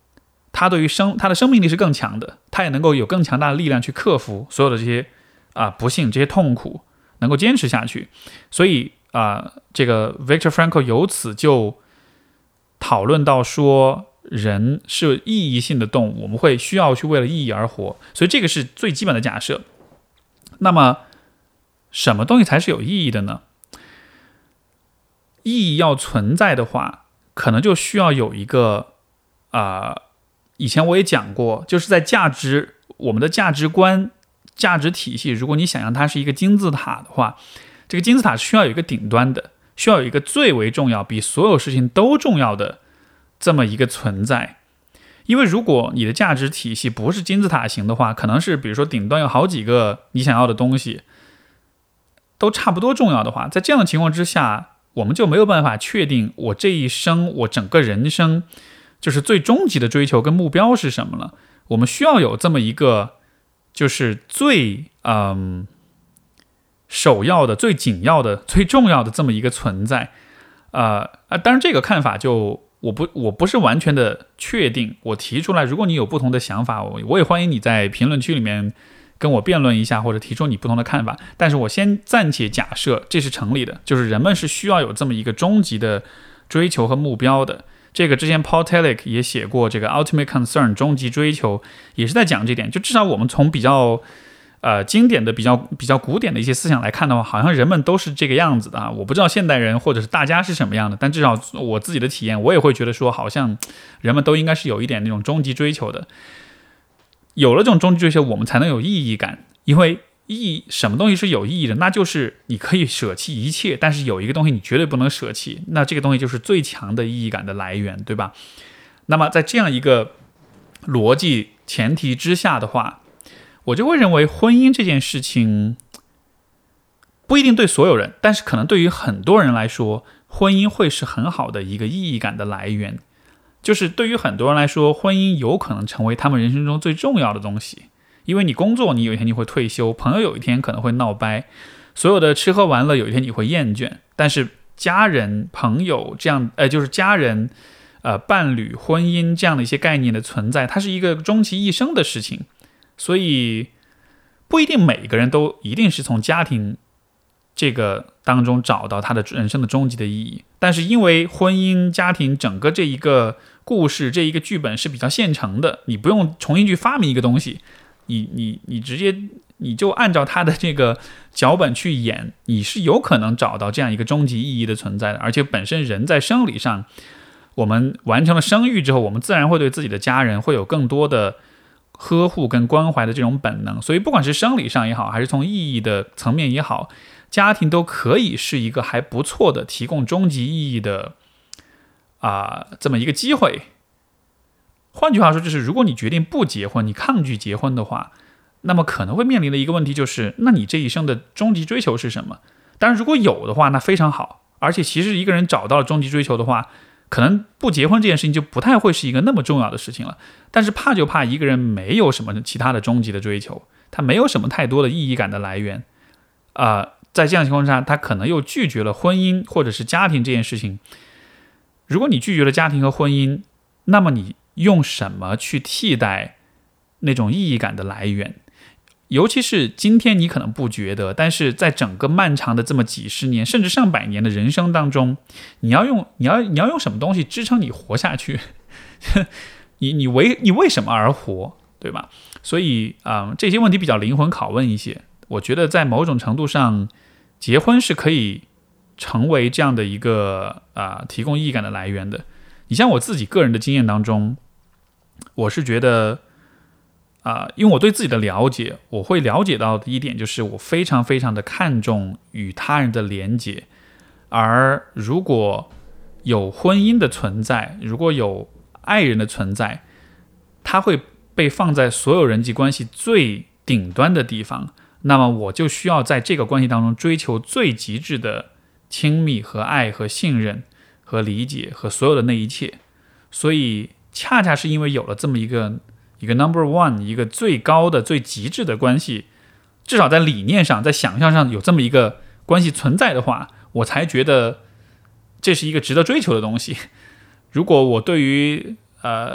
他对于生他的生命力是更强的，他也能够有更强大的力量去克服所有的这些啊、呃、不幸、这些痛苦，能够坚持下去。所以啊、呃，这个 Viktor Frankl 由此就讨论到说，人是意义性的动物，我们会需要去为了意义而活，所以这个是最基本的假设。那么什么东西才是有意义的呢？意义要存在的话，可能就需要有一个啊、呃，以前我也讲过，就是在价值我们的价值观、价值体系，如果你想象它是一个金字塔的话，这个金字塔需要有一个顶端的，需要有一个最为重要、比所有事情都重要的这么一个存在。因为如果你的价值体系不是金字塔型的话，可能是比如说顶端有好几个你想要的东西都差不多重要的话，在这样的情况之下，我们就没有办法确定我这一生，我整个人生就是最终极的追求跟目标是什么了。我们需要有这么一个就是最嗯首要的、最紧要的、最重要的这么一个存在。呃啊，当然这个看法就我不我不是完全的确定，我提出来，如果你有不同的想法，我我也欢迎你在评论区里面跟我辩论一下，或者提出你不同的看法。但是我先暂且假设这是成立的，就是人们是需要有这么一个终极的追求和目标的。这个之前 Paul Tillich 也写过这个 Ultimate Concern 终极追求，也是在讲这点。就至少我们从比较呃经典的、比较比较古典的一些思想来看的话，好像人们都是这个样子的啊。我不知道现代人或者是大家是什么样的，但至少我自己的体验，我也会觉得说，好像人们都应该是有一点那种终极追求的。有了这种终极追求，我们才能有意义感。因为意义，什么东西是有意义的？那就是你可以舍弃一切，但是有一个东西你绝对不能舍弃，那这个东西就是最强的意义感的来源，对吧？那么在这样一个逻辑前提之下的话，我就会认为婚姻这件事情不一定对所有人，但是可能对于很多人来说，婚姻会是很好的一个意义感的来源。就是对于很多人来说，婚姻有可能成为他们人生中最重要的东西。因为你工作，你有一天你会退休，朋友有一天可能会闹掰，所有的吃喝玩乐有一天你会厌倦，但是家人、朋友这样，呃，就是家人、呃，伴侣、婚姻这样的一些概念的存在，它是一个终其一生的事情，所以不一定每个人都一定是从家庭这个当中找到他的人生的终极的意义，但是因为婚姻、家庭整个这一个故事、这一个剧本是比较现成的，你不用重新去发明一个东西。你你你直接你就按照他的这个脚本去演，你是有可能找到这样一个终极意义的存在的。而且本身人在生理上，我们完成了生育之后，我们自然会对自己的家人会有更多的呵护跟关怀的这种本能。所以不管是生理上也好，还是从意义的层面也好，家庭都可以是一个还不错的提供终极意义的啊、呃、这么一个机会。换句话说，就是如果你决定不结婚，你抗拒结婚的话，那么可能会面临的一个问题就是，那你这一生的终极追求是什么？当然如果有的话，那非常好。而且其实一个人找到了终极追求的话，可能不结婚这件事情就不太会是一个那么重要的事情了。但是怕就怕一个人没有什么其他的终极的追求，他没有什么太多的意义感的来源啊、呃，在这样的情况下，他可能又拒绝了婚姻或者是家庭这件事情。如果你拒绝了家庭和婚姻，那么你用什么去替代那种意义感的来源？尤其是今天你可能不觉得，但是在整个漫长的这么几十年甚至上百年的人生当中，你要用你要你要用什么东西支撑你活下去？你你为你为什么而活，对吧？所以啊、呃，这些问题比较灵魂拷问一些。我觉得在某种程度上，结婚是可以成为这样的一个啊、呃、提供意义感的来源的。你像我自己个人的经验当中，我是觉得啊、呃，因为我对自己的了解，我会了解到的一点就是，我非常非常的看重与他人的连结。而如果有婚姻的存在，如果有爱人的存在，它会被放在所有人际关系最顶端的地方。那么我就需要在这个关系当中追求最极致的亲密和爱和信任和理解和所有的那一切。所以恰恰是因为有了这么一个一个 number one 一个最高的最极致的关系，至少在理念上在想象上有这么一个关系存在的话，我才觉得这是一个值得追求的东西。如果我对于呃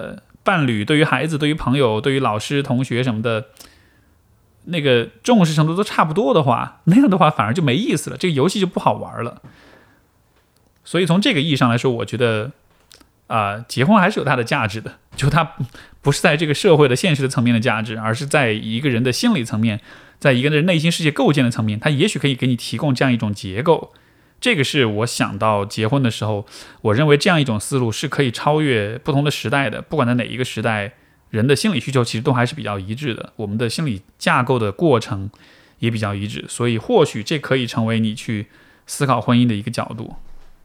伴侣、对于孩子、对于朋友、对于老师、同学什么的，那个重视程度都差不多的话，那样的话反而就没意思了，这个游戏就不好玩了。所以从这个意义上来说，我觉得啊、呃，结婚还是有它的价值的，就它不是在这个社会的现实的层面的价值，而是在一个人的心理层面，在一个人内心世界构建的层面，它也许可以给你提供这样一种结构。这个是我想到结婚的时候，我认为这样一种思路是可以超越不同的时代的，不管在哪一个时代，人的心理需求其实都还是比较一致的，我们的心理架构的过程也比较一致，所以或许这可以成为你去思考婚姻的一个角度。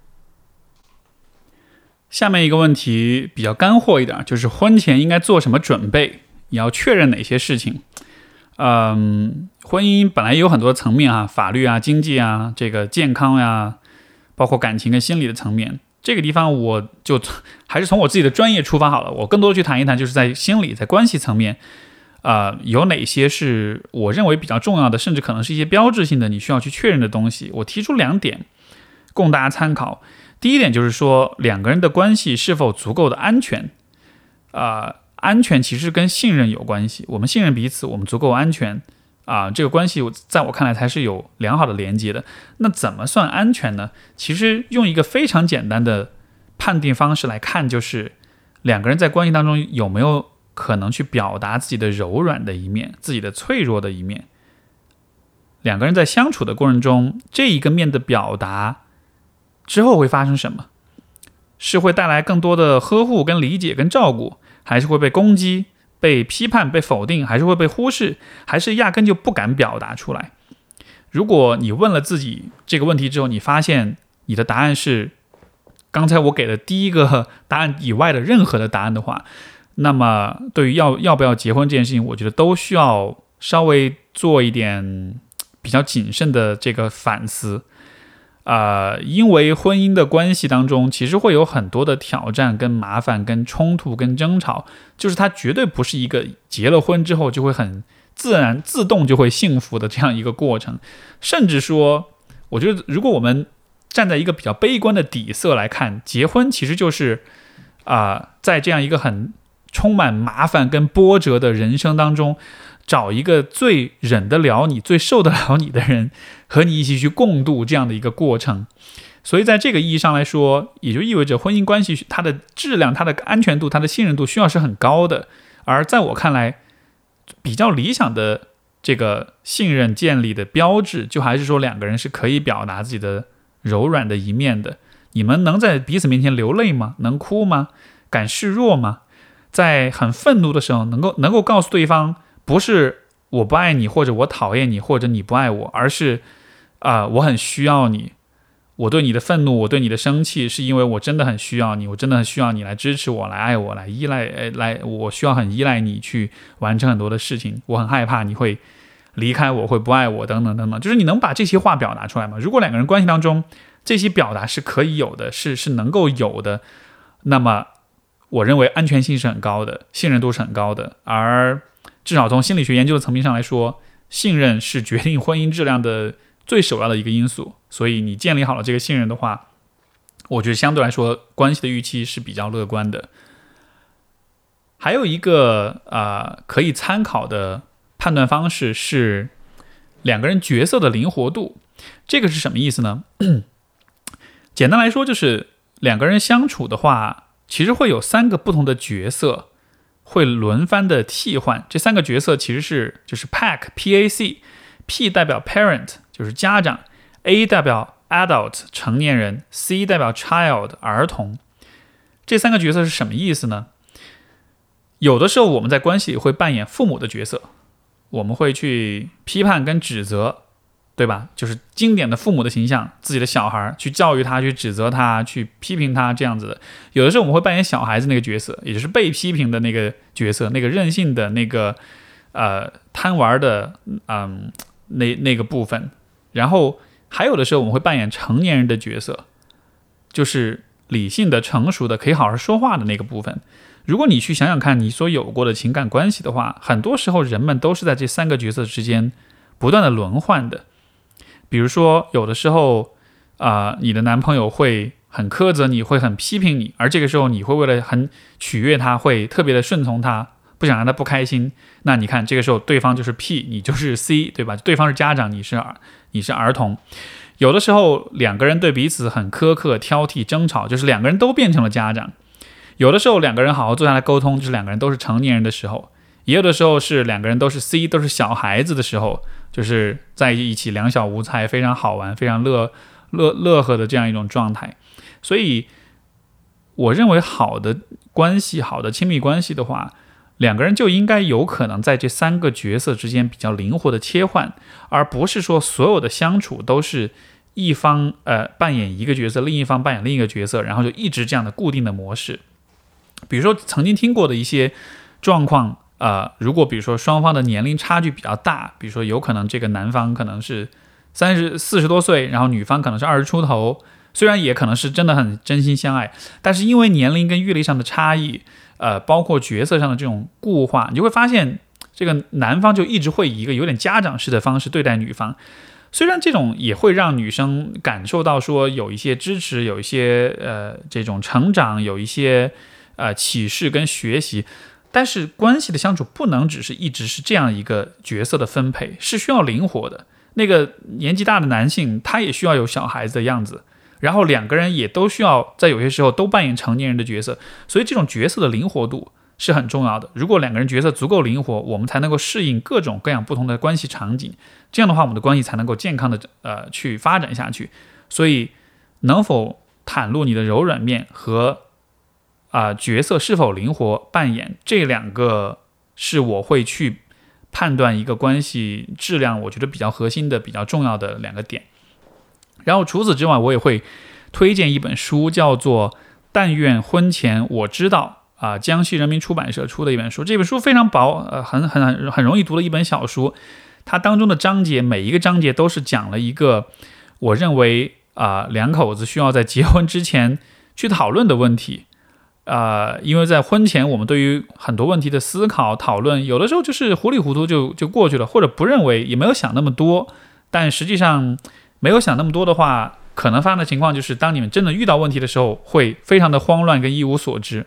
下面一个问题比较干货一点，就是婚前应该做什么准备，你要确认哪些事情。嗯，婚姻本来有很多层面啊，法律啊、经济啊、这个健康呀、啊，包括感情跟心理的层面。这个地方我就还是从我自己的专业出发好了，我更多的去谈一谈，就是在心理、在关系层面，呃，有哪些是我认为比较重要的，甚至可能是一些标志性的，你需要去确认的东西。我提出两点供大家参考。第一点就是说，两个人的关系是否足够的安全。呃，安全其实跟信任有关系，我们信任彼此，我们足够安全啊、呃，这个关系在我看来才是有良好的连接的。那怎么算安全呢？其实用一个非常简单的判定方式来看，就是两个人在关系当中有没有可能去表达自己的柔软的一面，自己的脆弱的一面。两个人在相处的过程中，这一个面的表达之后会发生什么？是会带来更多的呵护跟理解跟照顾，还是会被攻击、被批判、被否定，还是会被忽视，还是压根就不敢表达出来？如果你问了自己这个问题之后，你发现你的答案是刚才我给的第一个答案以外的任何的答案的话，那么对于要要不要结婚这件事情，我觉得都需要稍微做一点比较谨慎的这个反思。呃，因为婚姻的关系当中，其实会有很多的挑战、跟麻烦、跟冲突、跟争吵，就是它绝对不是一个结了婚之后就会很自然、自动就会幸福的这样一个过程。甚至说，我觉得如果我们站在一个比较悲观的底色来看，结婚其实就是啊、呃，在这样一个很充满麻烦跟波折的人生当中，找一个最忍得了你、最受得了你的人，和你一起去共度这样的一个过程。所以在这个意义上来说，也就意味着婚姻关系它的质量、它的安全度、它的信任度需要是很高的。而在我看来，比较理想的这个信任建立的标志，就还是说两个人是可以表达自己的柔软的一面的。你们能在彼此面前流泪吗？能哭吗？敢示弱吗？在很愤怒的时候，能够能够告诉对方，不是我不爱你，或者我讨厌你，或者你不爱我，而是啊、呃，我很需要你。我对你的愤怒，我对你的生气，是因为我真的很需要你，我真的很需要你来支持我，来爱我，来依赖，来，我需要很依赖你去完成很多的事情。我很害怕你会离开我，会不爱我，等等等等。就是你能把这些话表达出来吗？如果两个人关系当中这些表达是可以有的，是是能够有的，那么我认为安全性是很高的，信任度是很高的。而至少从心理学研究的层面上来说，信任是决定婚姻质量的最首要的一个因素。所以你建立好了这个信任的话，我觉得相对来说关系的预期是比较乐观的。还有一个呃可以参考的判断方式是两个人角色的灵活度。这个是什么意思呢？简单来说，就是两个人相处的话，其实会有三个不同的角色会轮番的替换。这三个角色其实是就是 P A C P A C P 代表 Parent 就是家长， A 代表 Adult 成年人， C 代表 Child 儿童。这三个角色是什么意思呢？有的时候我们在关系里会扮演父母的角色，我们会去批判跟指责，对吧？就是经典的父母的形象，自己的小孩去教育他，去指责他，去批评他，这样子的。有的时候我们会扮演小孩子那个角色，也就是被批评的那个角色，那个任性的那个呃贪玩的嗯那那个部分。然后还有的时候我们会扮演成年人的角色，就是理性的、成熟的、可以好好说话的那个部分。如果你去想想看你所有过的情感关系的话，很多时候人们都是在这三个角色之间不断的轮换的。比如说有的时候啊、呃，你的男朋友会很苛责你，会很批评你，而这个时候你会为了很取悦他，会特别的顺从他，不想让他不开心，那你看这个时候对方就是 P， 你就是 C， 对吧？对方是家长，你是你是儿童。有的时候两个人对彼此很苛刻、挑剔、争吵，就是两个人都变成了家长。有的时候两个人好好坐下来沟通，就是两个人都是成年人的时候。也有的时候是两个人都是 C， 都是小孩子的时候，就是在一起两小无猜，非常好玩，非常乐乐乐呵的这样一种状态。所以我认为好的关系，好的亲密关系的话，两个人就应该有可能在这三个角色之间比较灵活的切换，而不是说所有的相处都是一方呃扮演一个角色，另一方扮演另一个角色，然后就一直这样的固定的模式。比如说曾经听过的一些状况，呃，如果比如说双方的年龄差距比较大，比如说有可能这个男方可能是三十四十多岁，然后女方可能是二十出头，虽然也可能是真的很真心相爱，但是因为年龄跟阅历上的差异，呃，包括角色上的这种固化，你就会发现这个男方就一直会以一个有点家长式的方式对待女方。虽然这种也会让女生感受到说有一些支持，有一些呃这种成长，有一些呃启示跟学习，但是关系的相处不能只是一直是这样一个角色的分配，是需要灵活的。那个年纪大的男性他也需要有小孩子的样子，然后两个人也都需要在有些时候都扮演成年人的角色，所以这种角色的灵活度是很重要的。如果两个人角色足够灵活，我们才能够适应各种各样不同的关系场景，这样的话我们的关系才能够健康的呃去发展下去。所以能否袒露你的柔软面和啊、呃、角色是否灵活扮演，这两个是我会去判断一个关系质量我觉得比较核心的比较重要的两个点。然后除此之外，我也会推荐一本书，叫做《但愿婚前我知道》啊，江西人民出版社出的一本书。这本书非常薄，呃，很很很容易读的一本小书。它当中的章节，每一个章节都是讲了一个我认为啊、呃、两口子需要在结婚之前去讨论的问题。呃，因为在婚前我们对于很多问题的思考讨论，有的时候就是糊里糊涂就就过去了，或者不认为，也没有想那么多。但实际上没有想那么多的话，可能发生的情况就是当你们真的遇到问题的时候，会非常的慌乱跟一无所知。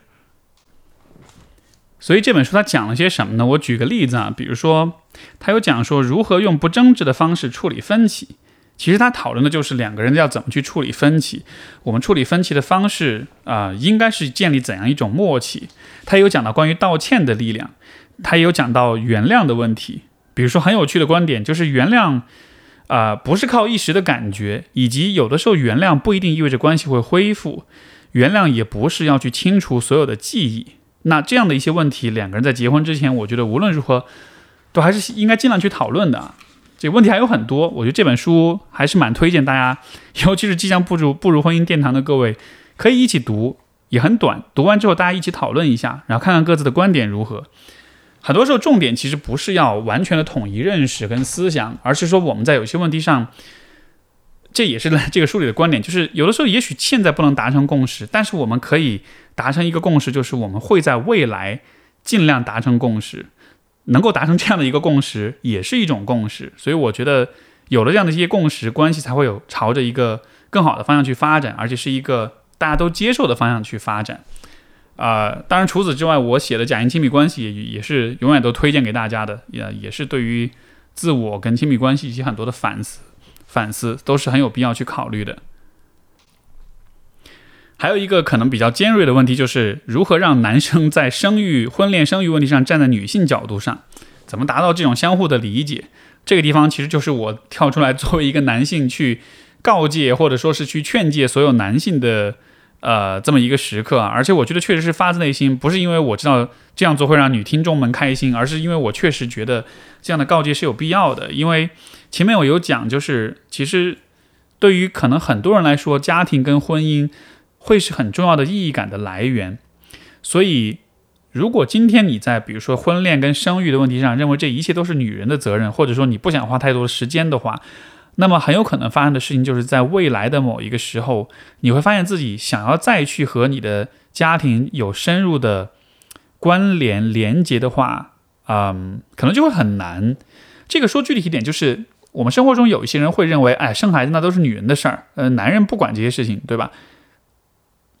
所以这本书它讲了些什么呢？我举个例子啊，比如说它有讲说如何用不争执的方式处理分歧。其实它讨论的就是两个人要怎么去处理分歧，我们处理分歧的方式啊、呃，应该是建立怎样一种默契。它有讲到关于道歉的力量，它也有讲到原谅的问题。比如说很有趣的观点就是原谅啊、呃，不是靠一时的感觉，以及有的时候原谅不一定意味着关系会恢复，原谅也不是要去清除所有的记忆。那这样的一些问题，两个人在结婚之前，我觉得无论如何都还是应该尽量去讨论的。这个问题还有很多，我觉得这本书还是蛮推荐大家，尤其是即将步入步入婚姻殿堂的各位，可以一起读，也很短，读完之后大家一起讨论一下，然后看看各自的观点如何。很多时候重点其实不是要完全的统一认识跟思想，而是说我们在有些问题上，这也是这个书里的观点，就是有的时候也许现在不能达成共识，但是我们可以达成一个共识，就是我们会在未来尽量达成共识，能够达成这样的一个共识也是一种共识。所以我觉得有了这样的一些共识，关系才会有朝着一个更好的方向去发展，而且是一个大家都接受的方向去发展。呃，当然除此之外，我写的《假性亲密关系》也也是永远都推荐给大家的，也也是对于自我跟亲密关系以及很多的反思反思都是很有必要去考虑的。还有一个可能比较尖锐的问题，就是如何让男生在生育、婚恋生育问题上站在女性角度上，怎么达到这种相互的理解。这个地方其实就是我跳出来作为一个男性去告诫，或者说是去劝诫所有男性的呃这么一个时刻啊。而且我觉得确实是发自内心，不是因为我知道这样做会让女听众们开心，而是因为我确实觉得这样的告诫是有必要的。因为前面我有讲，就是其实对于可能很多人来说，家庭跟婚姻会是很重要的意义感的来源。所以如果今天你在比如说婚恋跟生育的问题上认为这一切都是女人的责任，或者说你不想花太多的时间的话，那么很有可能发生的事情就是在未来的某一个时候，你会发现自己想要再去和你的家庭有深入的关联连接的话，嗯，可能就会很难。这个说具体一点，就是我们生活中有一些人会认为，哎，生孩子那都是女人的事儿，呃，男人不管这些事情，对吧？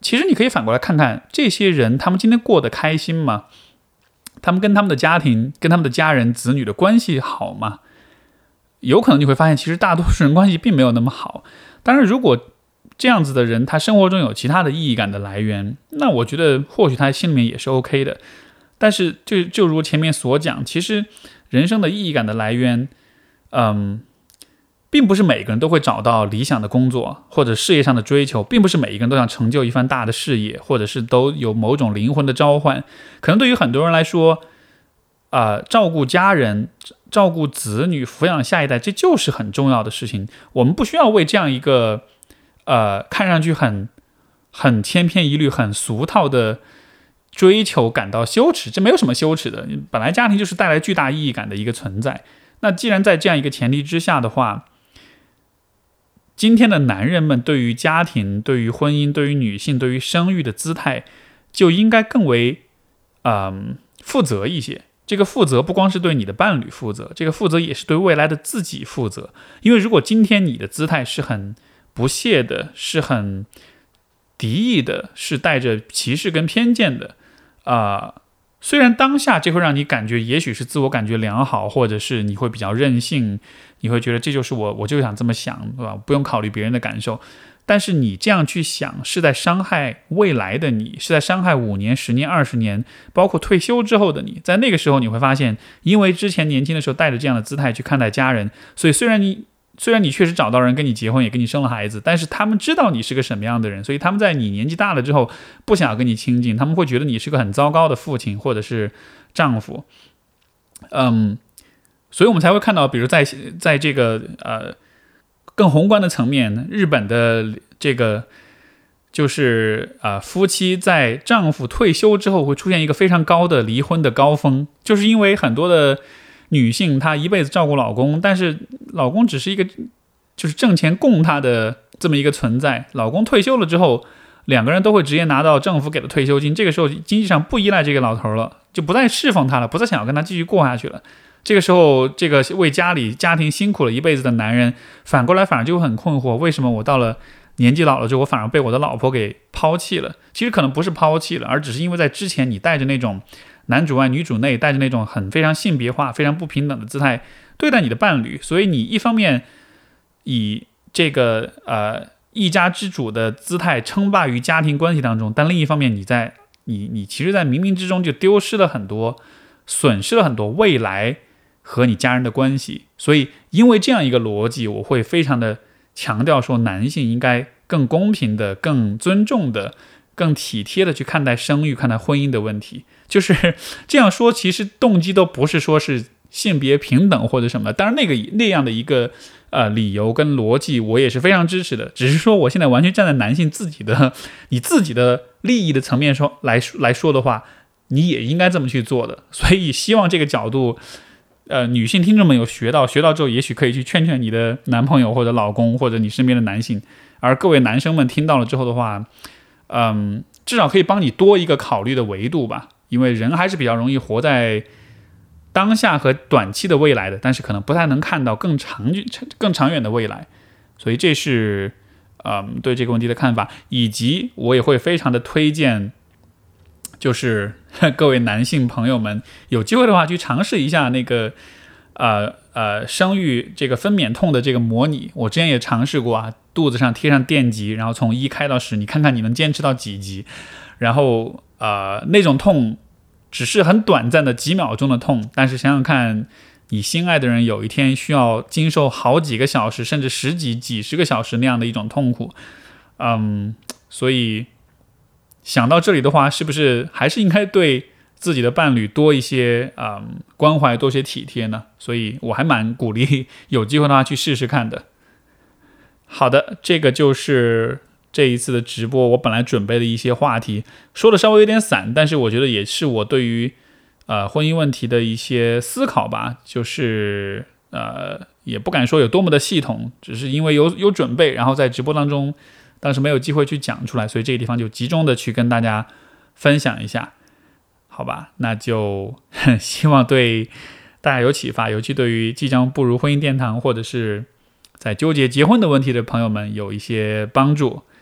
其实你可以反过来看看这些人，他们今天过得开心吗？他们跟他们的家庭、跟他们的家人、子女的关系好吗？有可能你会发现，其实大多数人关系并没有那么好。当然，如果这样子的人，他生活中有其他的意义感的来源，那我觉得或许他心里面也是 OK 的。但是就就如前面所讲，其实人生的意义感的来源，嗯，并不是每个人都会找到理想的工作或者事业上的追求，并不是每一个人都想成就一番大的事业，或者是都有某种灵魂的召唤。可能对于很多人来说，呃，照顾家人、照顾子女、抚养下一代，这就是很重要的事情。我们不需要为这样一个呃看上去很很千篇一律、很俗套的追求感到羞耻，这没有什么羞耻的。本来家庭就是带来巨大意义感的一个存在。那既然在这样一个前提之下的话，今天的男人们对于家庭、对于婚姻、对于女性、对于生育的姿态，就应该更为嗯负责一些。这个负责不光是对你的伴侣负责，这个负责也是对未来的自己负责。因为如果今天你的姿态是很不屑的，是很敌意的，是带着歧视跟偏见的，啊、呃，虽然当下这会让你感觉也许是自我感觉良好，或者是你会比较任性，你会觉得这就是我，我就想这么想，对吧？不用考虑别人的感受。但是你这样去想，是在伤害未来的你，是在伤害五年、十年、二十年，包括退休之后的你。在那个时候，你会发现，因为之前年轻的时候带着这样的姿态去看待家人，所以虽然你虽然你确实找到人跟你结婚，也跟你生了孩子，但是他们知道你是个什么样的人，所以他们在你年纪大了之后，不想要跟你亲近，他们会觉得你是个很糟糕的父亲或者是丈夫。嗯，所以我们才会看到，比如在在这个呃。更宏观的层面，日本的这个就是呃，夫妻在丈夫退休之后会出现一个非常高的离婚的高峰，就是因为很多的女性她一辈子照顾老公，但是老公只是一个就是挣钱供她的这么一个存在。老公退休了之后，两个人都会直接拿到政府给的退休金，这个时候经济上不依赖这个老头了，就不再侍奉他了，不再想要跟他继续过下去了。这个时候，这个为家里家庭辛苦了一辈子的男人，反过来反而就会很困惑，为什么我到了年纪老了之后，我反而被我的老婆给抛弃了？其实可能不是抛弃了，而只是因为在之前你带着那种男主外女主内，带着那种很非常性别化、非常不平等的姿态对待你的伴侣，所以你一方面以这个呃一家之主的姿态称霸于家庭关系当中，但另一方面你在你你其实在冥冥之中就丢失了很多，损失了很多未来和你家人的关系。所以因为这样一个逻辑，我会非常的强调说，男性应该更公平的、更尊重的、更体贴的去看待生育、看待婚姻的问题。就是这样说，其实动机都不是说是性别平等或者什么，当然那个那样的一个呃理由跟逻辑我也是非常支持的，只是说我现在完全站在男性自己的你自己的利益的层面说来来说的话，你也应该这么去做的。所以希望这个角度呃，女性听众们有学到，学到之后也许可以去劝劝你的男朋友或者老公或者你身边的男性，而各位男生们听到了之后的话，嗯，至少可以帮你多一个考虑的维度吧。因为人还是比较容易活在当下和短期的未来的，但是可能不太能看到更长更长远的未来。所以这是嗯对这个问题的看法，以及我也会非常的推荐，就是各位男性朋友们有机会的话去尝试一下那个呃呃生育这个分娩痛的这个模拟。我之前也尝试过啊，肚子上贴上电极，然后从一开到十，你看看你能坚持到几级。然后呃那种痛只是很短暂的几秒钟的痛，但是想想看，你心爱的人有一天需要经受好几个小时甚至十几几十个小时那样的一种痛苦。嗯，所以想到这里的话，是不是还是应该对自己的伴侣多一些、嗯、关怀，多些体贴呢？所以我还蛮鼓励有机会的话去试试看的。好的，这个就是这一次的直播我本来准备的一些话题，说的稍微有点散，但是我觉得也是我对于呃婚姻问题的一些思考吧，就是呃也不敢说有多么的系统，只是因为有有准备，然后在直播当中当时没有机会去讲出来，所以这个地方就集中的去跟大家分享一下，好吧？那就希望对大家有启发，尤其对于即将步入婚姻殿堂或者是在纠结结婚的问题的朋友们有一些帮助。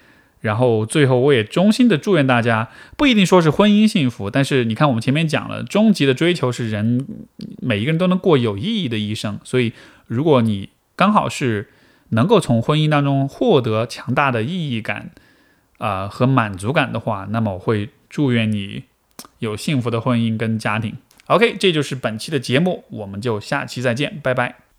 然后最后我也衷心的祝愿大家，不一定说是婚姻幸福，但是你看我们前面讲了，终极的追求是人每一个人都能过有意义的一生，所以如果你刚好是能够从婚姻当中获得强大的意义感啊、呃、和满足感的话，那么我会祝愿你有幸福的婚姻跟家庭。OK， 这就是本期的节目，我们就下期再见，拜拜。